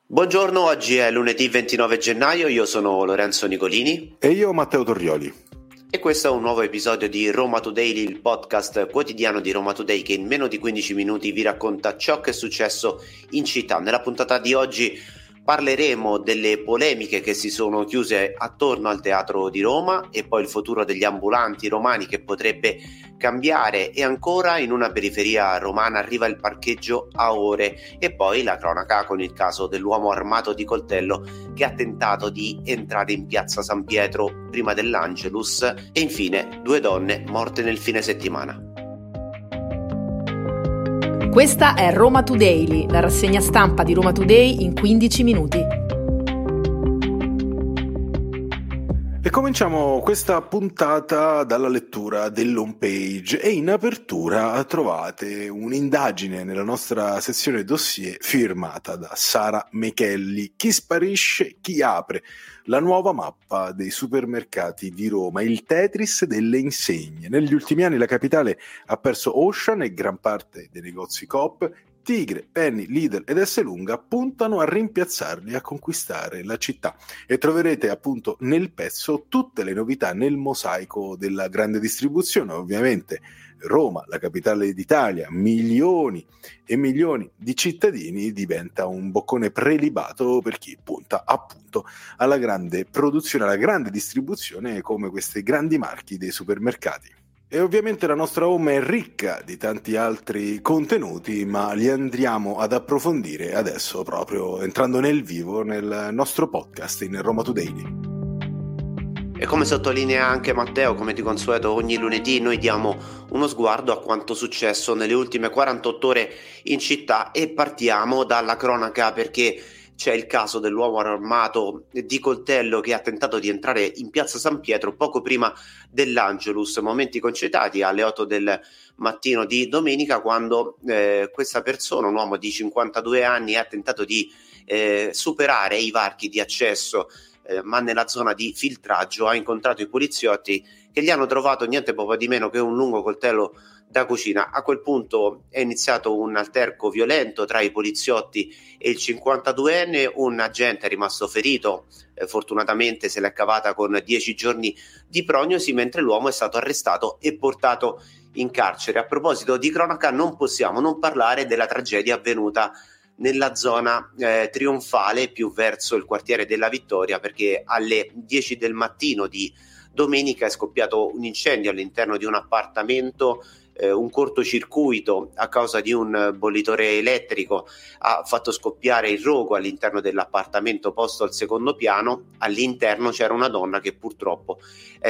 Buongiorno, oggi è lunedì 29 gennaio, io sono Lorenzo Nicolini e io Matteo Torrioli. E questo è un nuovo episodio di Roma Today, il podcast quotidiano di Roma Today che in meno di 15 minuti vi racconta ciò che è successo in città. Nella puntata di oggi parleremo delle polemiche che si sono chiuse attorno al Teatro di Roma e poi il futuro degli ambulanti romani che potrebbe cambiare, e ancora in una periferia romana arriva il parcheggio a ore, e poi la cronaca con il caso dell'uomo armato di coltello che ha tentato di entrare in piazza San Pietro prima dell'Angelus, e infine 2 donne morte nel fine settimana. Questa è Roma Today, la rassegna stampa di Roma Today in 15 minuti. E cominciamo questa puntata dalla lettura dell'home page, e in apertura trovate un'indagine nella nostra sezione dossier firmata da Sara Mechelli. Chi sparisce, chi apre? La nuova mappa dei supermercati di Roma, il Tetris delle insegne. Negli ultimi anni la capitale ha perso Ocean e gran parte dei negozi Coop. Tigre, Penny, Lidl ed Esselunga puntano a rimpiazzarli, a conquistare la città, e troverete appunto nel pezzo tutte le novità nel mosaico della grande distribuzione. Ovviamente Roma, la capitale d'Italia, milioni e milioni di cittadini, diventa un boccone prelibato per chi punta appunto alla grande produzione, alla grande distribuzione, come questi grandi marchi dei supermercati. E ovviamente la nostra home è ricca di tanti altri contenuti, ma li andremo ad approfondire adesso, proprio entrando nel vivo nel nostro podcast in Roma Today. E come sottolinea anche Matteo, come di consueto ogni lunedì noi diamo uno sguardo a quanto successo nelle ultime 48 ore in città, e partiamo dalla cronaca perché c'è il caso dell'uomo armato di coltello che ha tentato di entrare in piazza San Pietro poco prima dell'Angelus, momenti concitati alle 8 del mattino di domenica, quando questa persona, un uomo di 52 anni, ha tentato di superare i varchi di accesso, ma nella zona di filtraggio ha incontrato i poliziotti che gli hanno trovato niente poco di meno che un lungo coltello da cucina. A quel punto è iniziato un alterco violento tra i poliziotti e il 52enne, un agente è rimasto ferito, fortunatamente se l'è cavata con 10 giorni di prognosi, mentre l'uomo è stato arrestato e portato in carcere. A proposito di cronaca, non possiamo non parlare della tragedia avvenuta nella zona trionfale, più verso il quartiere della Vittoria, perché alle 10 del mattino di domenica è scoppiato un incendio all'interno di un appartamento. Un cortocircuito a causa di un bollitore elettrico ha fatto scoppiare il rogo all'interno dell'appartamento posto al secondo piano. All'interno c'era una donna che purtroppo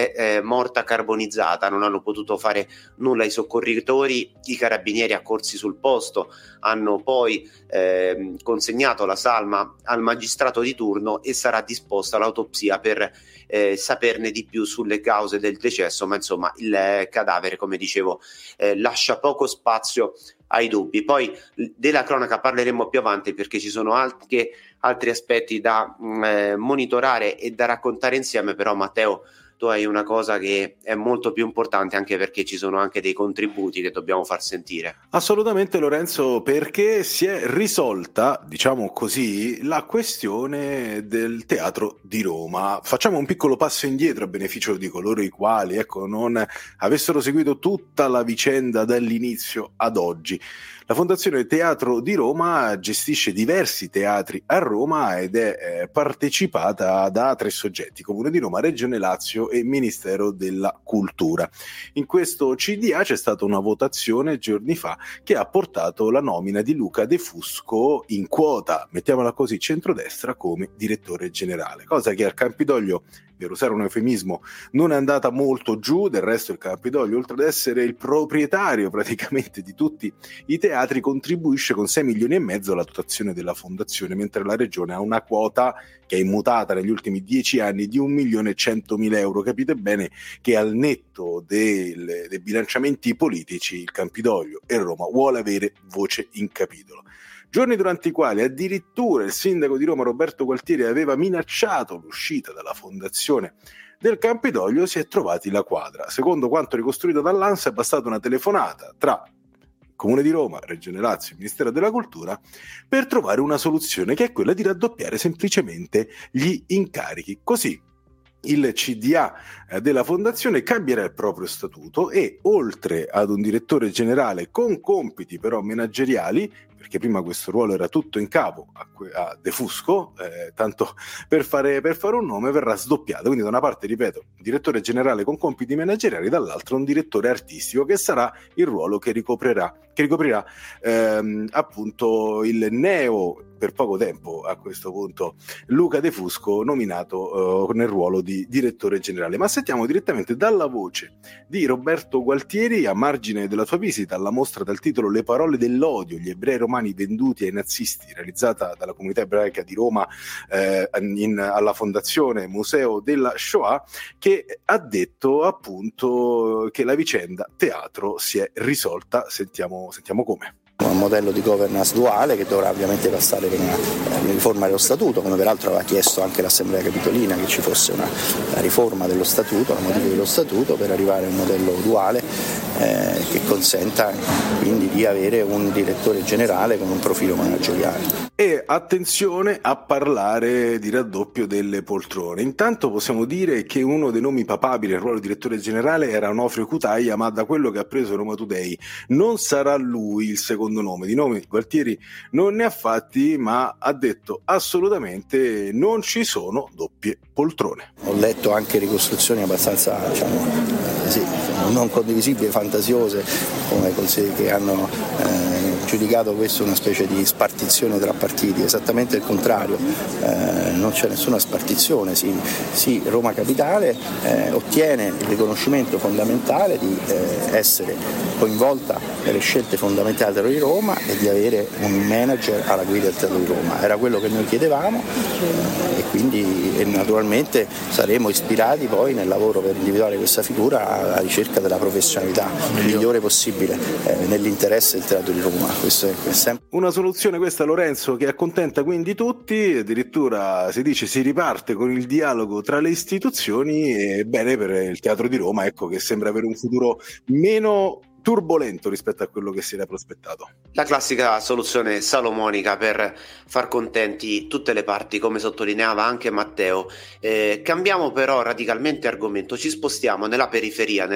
è morta carbonizzata. Non hanno potuto fare nulla i soccorritori, i carabinieri accorsi sul posto hanno poi consegnato la salma al magistrato di turno e sarà disposta l'autopsia per saperne di più sulle cause del decesso, ma insomma il cadavere, come dicevo, lascia poco spazio ai dubbi. Poi della cronaca parleremo più avanti, perché ci sono anche altri aspetti da monitorare e da raccontare insieme. Però Matteo, tu hai una cosa che è molto più importante, anche perché ci sono anche dei contributi che dobbiamo far sentire. Assolutamente Lorenzo, perché si è risolta, diciamo così, la questione del Teatro di Roma. Facciamo un piccolo passo indietro a beneficio di coloro i quali, non avessero seguito tutta la vicenda dall'inizio ad oggi. La Fondazione Teatro di Roma gestisce diversi teatri a Roma ed è partecipata da 3 soggetti: Comune di Roma, Regione Lazio e Ministero della Cultura. In questo CDA c'è stata una votazione giorni fa che ha portato la nomina di Luca De Fusco in quota, mettiamola così, centrodestra, come direttore generale, cosa che al Campidoglio, per usare un eufemismo, non è andata molto giù. Del resto il Campidoglio, oltre ad essere il proprietario praticamente di tutti i teatri, contribuisce con 6 milioni e mezzo alla dotazione della fondazione, mentre la regione ha una quota che è immutata negli ultimi 10 anni di 1.100.000 euro. Capite bene che al netto dei bilanciamenti politici il Campidoglio e Roma vuole avere voce in capitolo. Giorni durante i quali addirittura il sindaco di Roma Roberto Gualtieri aveva minacciato l'uscita dalla fondazione del Campidoglio, si è trovati la quadra. Secondo quanto ricostruito dall'ANSA è bastata una telefonata tra Comune di Roma, Regione Lazio e Ministero della Cultura, per trovare una soluzione che è quella di raddoppiare semplicemente gli incarichi. Così il CDA della fondazione cambierà il proprio statuto e, oltre ad un direttore generale con compiti però manageriali, perché prima questo ruolo era tutto in capo a De Fusco, tanto per fare un nome, verrà sdoppiato. Quindi da una parte, ripeto, direttore generale con compiti manageriali, dall'altra un direttore artistico, che sarà il ruolo che ricoprirà appunto il neo, per poco tempo a questo punto, Luca De Fusco, nominato nel ruolo di direttore generale. Ma sentiamo direttamente dalla voce di Roberto Gualtieri, a margine della sua visita alla mostra dal titolo Le parole dell'odio, gli ebrei romani venduti ai nazisti, realizzata dalla comunità ebraica di Roma alla Fondazione Museo della Shoah, che ha detto appunto che la vicenda teatro si è risolta. Sentiamo come. Un modello di governance duale che dovrà ovviamente passare per una riforma dello statuto, come peraltro aveva chiesto anche l'Assemblea Capitolina, che ci fosse una riforma dello statuto, la modifica dello statuto, per arrivare a un modello duale che consenta quindi di avere un direttore generale con un profilo manageriale. E attenzione a parlare di raddoppio delle poltrone. Intanto possiamo dire che uno dei nomi papabili al ruolo di direttore generale era Onofrio Cutaia, ma da quello che ha preso Roma Today non sarà lui il secondo nome. Di nomi Gualtieri non ne ha fatti, ma ha detto assolutamente non ci sono doppie poltrone. Ho letto anche ricostruzioni abbastanza, non condivisibili, fantasiose, come che hanno giudicato questo una specie di spartizione tra partiti. Esattamente il contrario, non c'è nessuna spartizione. Sì, Roma Capitale ottiene il riconoscimento fondamentale di essere coinvolta nelle scelte fondamentali di Roma e di avere un manager alla guida del Teatro di Roma. Era quello che noi chiedevamo e quindi naturalmente saremo ispirati poi nel lavoro per individuare questa figura alla ricerca della professionalità migliore possibile nell'interesse del Teatro di Roma. Questo è sempre una soluzione, questa, Lorenzo, che accontenta quindi tutti. Addirittura si dice si riparte con il dialogo tra le istituzioni, e bene per il Teatro di Roma, ecco, che sembra avere un futuro meno turbolento rispetto a quello che si era prospettato. La classica soluzione salomonica per far contenti tutte le parti, come sottolineava anche Matteo. Cambiamo però radicalmente argomento, ci spostiamo nella periferia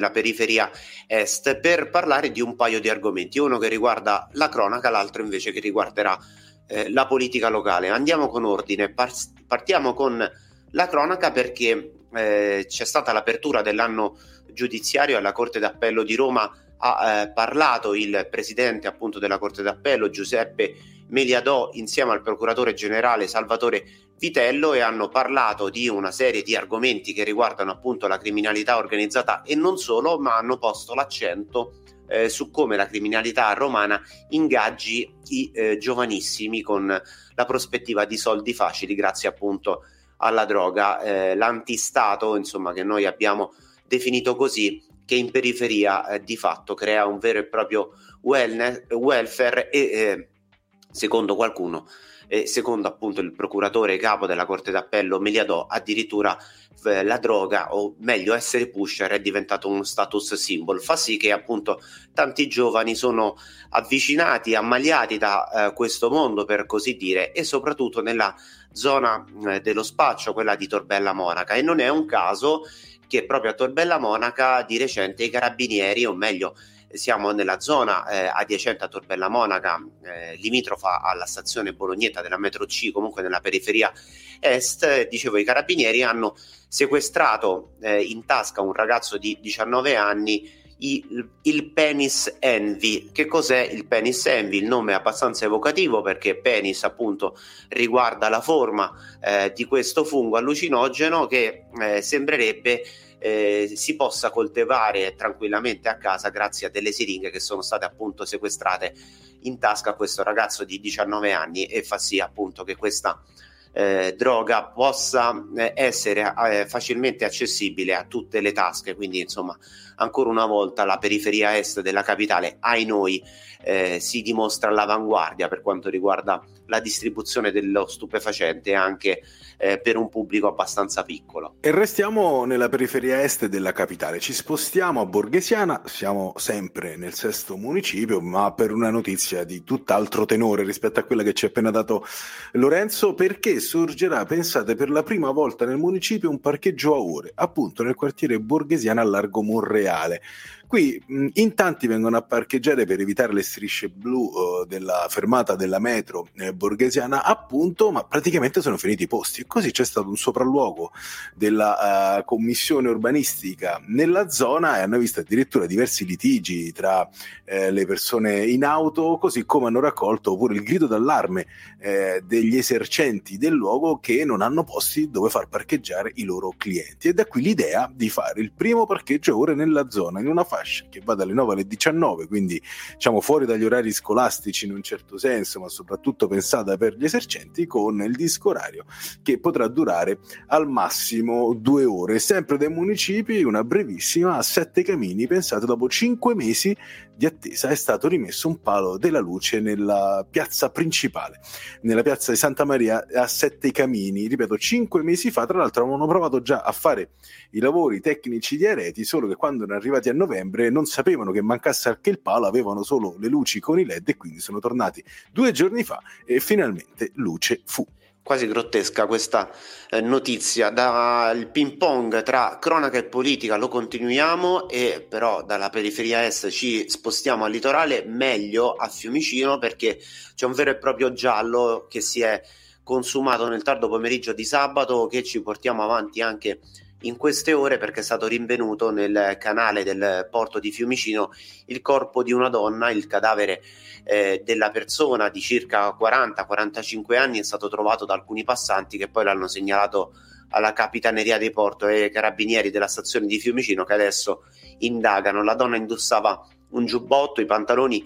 est, per parlare di un paio di argomenti, uno che riguarda la cronaca, l'altro invece che riguarderà la politica locale. Andiamo con ordine, partiamo con la cronaca perché c'è stata l'apertura dell'anno giudiziario alla Corte d'Appello di Roma. Ha parlato il presidente appunto della Corte d'Appello, Giuseppe Meliadò, insieme al procuratore generale Salvatore Vitello, e hanno parlato di una serie di argomenti che riguardano appunto la criminalità organizzata e non solo, ma hanno posto l'accento su come la criminalità romana ingaggi i giovanissimi con la prospettiva di soldi facili grazie appunto alla droga, l'antistato, insomma, che noi abbiamo definito così, che in periferia di fatto crea un vero e proprio welfare e secondo qualcuno, secondo appunto il procuratore capo della Corte d'Appello Meliadò, addirittura la droga, o meglio essere pusher, è diventato uno status symbol. Fa sì che appunto tanti giovani sono avvicinati, ammaliati da questo mondo, per così dire, e soprattutto nella zona dello spaccio, quella di Torbella Monaca. E non è un caso che proprio a Torbella Monaca di recente i carabinieri, o meglio siamo nella zona adiacente a Torbella Monaca, limitrofa alla stazione Bolognetta della metro C, comunque nella periferia est, dicevo, i carabinieri hanno sequestrato in tasca un ragazzo di 19 anni il penis envy. Che cos'è il penis envy? Il nome è abbastanza evocativo perché penis appunto riguarda la forma di questo fungo allucinogeno che sembrerebbe si possa coltivare tranquillamente a casa grazie a delle siringhe che sono state appunto sequestrate in tasca a questo ragazzo di 19 anni, e fa sì appunto che questa droga possa essere facilmente accessibile a tutte le tasche, quindi insomma ancora una volta la periferia est della capitale, ai noi, si dimostra all'avanguardia per quanto riguarda la distribuzione dello stupefacente anche per un pubblico abbastanza piccolo. E restiamo nella periferia est della capitale, ci spostiamo a Borghesiana, siamo sempre nel 6° municipio, ma per una notizia di tutt'altro tenore rispetto a quella che ci ha appena dato Lorenzo, perché sorgerà, pensate, per la prima volta nel municipio un parcheggio a ore, appunto nel quartiere Borghesiana a Largo Monreale. Qui in tanti vengono a parcheggiare per evitare le strisce blu della fermata della metro Borghesiana, appunto, ma praticamente sono finiti i posti. E così c'è stato un sopralluogo della commissione urbanistica nella zona e hanno visto addirittura diversi litigi tra le persone in auto, così come hanno raccolto pure il grido d'allarme degli esercenti del luogo che non hanno posti dove far parcheggiare i loro clienti. E da qui l'idea di fare il primo parcheggio a ore nella zona, in una fascia che va dalle 9 alle 19, quindi diciamo fuori dagli orari scolastici in un certo senso, ma soprattutto pensata per gli esercenti, con il disco orario che potrà durare al massimo 2 ore. Sempre dai municipi, una brevissima a Sette Camini. Pensate, dopo 5 mesi di attesa è stato rimesso un palo della luce nella piazza principale, nella piazza di Santa Maria a Sette Camini, ripeto, 5 mesi fa. Tra l'altro avevano provato già a fare i lavori tecnici di Areti, solo che quando erano arrivati a novembre non sapevano che mancasse anche il palo, avevano solo le luci con i LED e quindi sono tornati 2 giorni fa e finalmente luce fu. Quasi grottesca questa notizia. Dal ping pong tra cronaca e politica lo continuiamo, e però dalla periferia est ci spostiamo al litorale, meglio a Fiumicino, perché c'è un vero e proprio giallo che si è consumato nel tardo pomeriggio di sabato, che ci portiamo avanti anche in queste ore, perché è stato rinvenuto nel canale del porto di Fiumicino il corpo di una donna. Il cadavere della persona di circa 40-45 anni è stato trovato da alcuni passanti, che poi l'hanno segnalato alla Capitaneria di Porto e ai carabinieri della stazione di Fiumicino, che adesso indagano. La donna indossava un giubbotto, i pantaloni,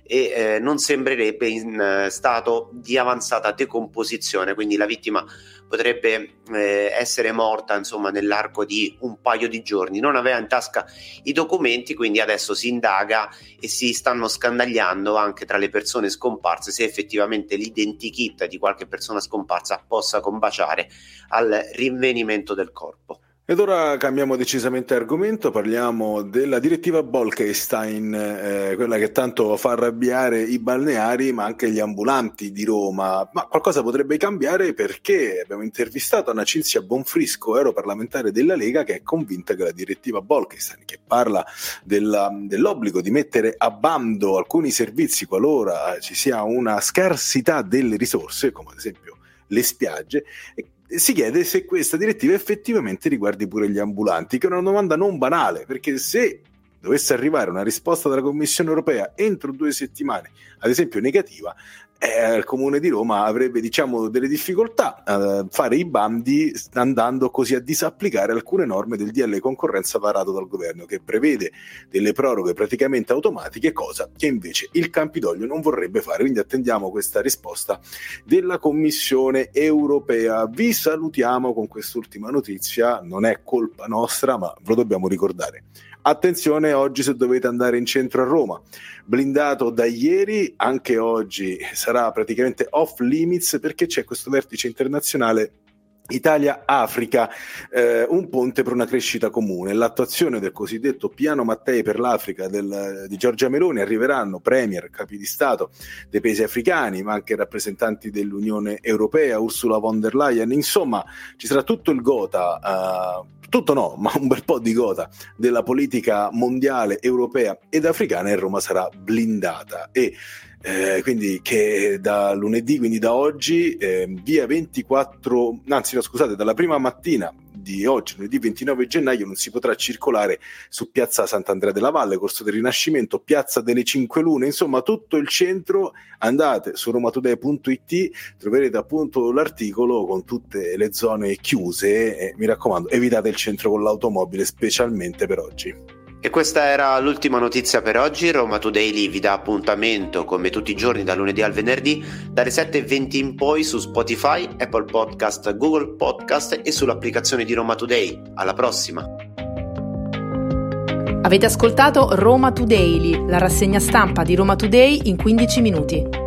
e non sembrerebbe in stato di avanzata decomposizione, quindi la vittima potrebbe essere morta insomma nell'arco di un paio di giorni. Non aveva in tasca i documenti, quindi adesso si indaga e si stanno scandagliando anche tra le persone scomparse se effettivamente l'identikit di qualche persona scomparsa possa combaciare al rinvenimento del corpo. Ed ora cambiamo decisamente argomento, parliamo della direttiva Bolkestein, quella che tanto fa arrabbiare i balneari ma anche gli ambulanti di Roma. Ma qualcosa potrebbe cambiare, perché abbiamo intervistato Anna Cinzia Bonfrisco, europarlamentare della Lega, che è convinta che la direttiva Bolkestein, che parla dell'obbligo di mettere a bando alcuni servizi qualora ci sia una scarsità delle risorse, come ad esempio le spiagge, si chiede se questa direttiva effettivamente riguardi pure gli ambulanti, che è una domanda non banale, perché se dovesse arrivare una risposta dalla Commissione europea entro 2 settimane, ad esempio negativa, il Comune di Roma avrebbe delle difficoltà a fare i bandi, andando così a disapplicare alcune norme del DL concorrenza varato dal governo, che prevede delle proroghe praticamente automatiche, cosa che invece il Campidoglio non vorrebbe fare. Quindi attendiamo questa risposta della Commissione europea. Vi salutiamo con quest'ultima notizia, non è colpa nostra ma ve lo dobbiamo ricordare. Attenzione oggi se dovete andare in centro a Roma, blindato da ieri, anche oggi sarà praticamente off limits, perché c'è questo vertice internazionale Italia-Africa, un ponte per una crescita comune. L'attuazione del cosiddetto Piano Mattei per l'Africa di Giorgia Meloni arriveranno premier, capi di Stato dei paesi africani, ma anche rappresentanti dell'Unione Europea, Ursula von der Leyen. Insomma, ci sarà tutto il gota, tutto no, ma un bel po' di gota della politica mondiale, europea ed africana, e Roma sarà blindata. E quindi che da lunedì, quindi da oggi, dalla prima mattina di oggi, lunedì 29 gennaio, non si potrà circolare su piazza Sant'Andrea della Valle, Corso del Rinascimento, piazza delle Cinque Lune, insomma tutto il centro. Andate su romatoday.it, troverete appunto l'articolo con tutte le zone chiuse, e mi raccomando, evitate il centro con l'automobile, specialmente per oggi. E questa era l'ultima notizia per oggi. Roma Today vi dà appuntamento come tutti i giorni, da lunedì al venerdì, dalle 7:20 in poi su Spotify, Apple Podcast, Google Podcast e sull'applicazione di Roma Today. Alla prossima! Avete ascoltato Roma Today, la rassegna stampa di Roma Today in 15 minuti.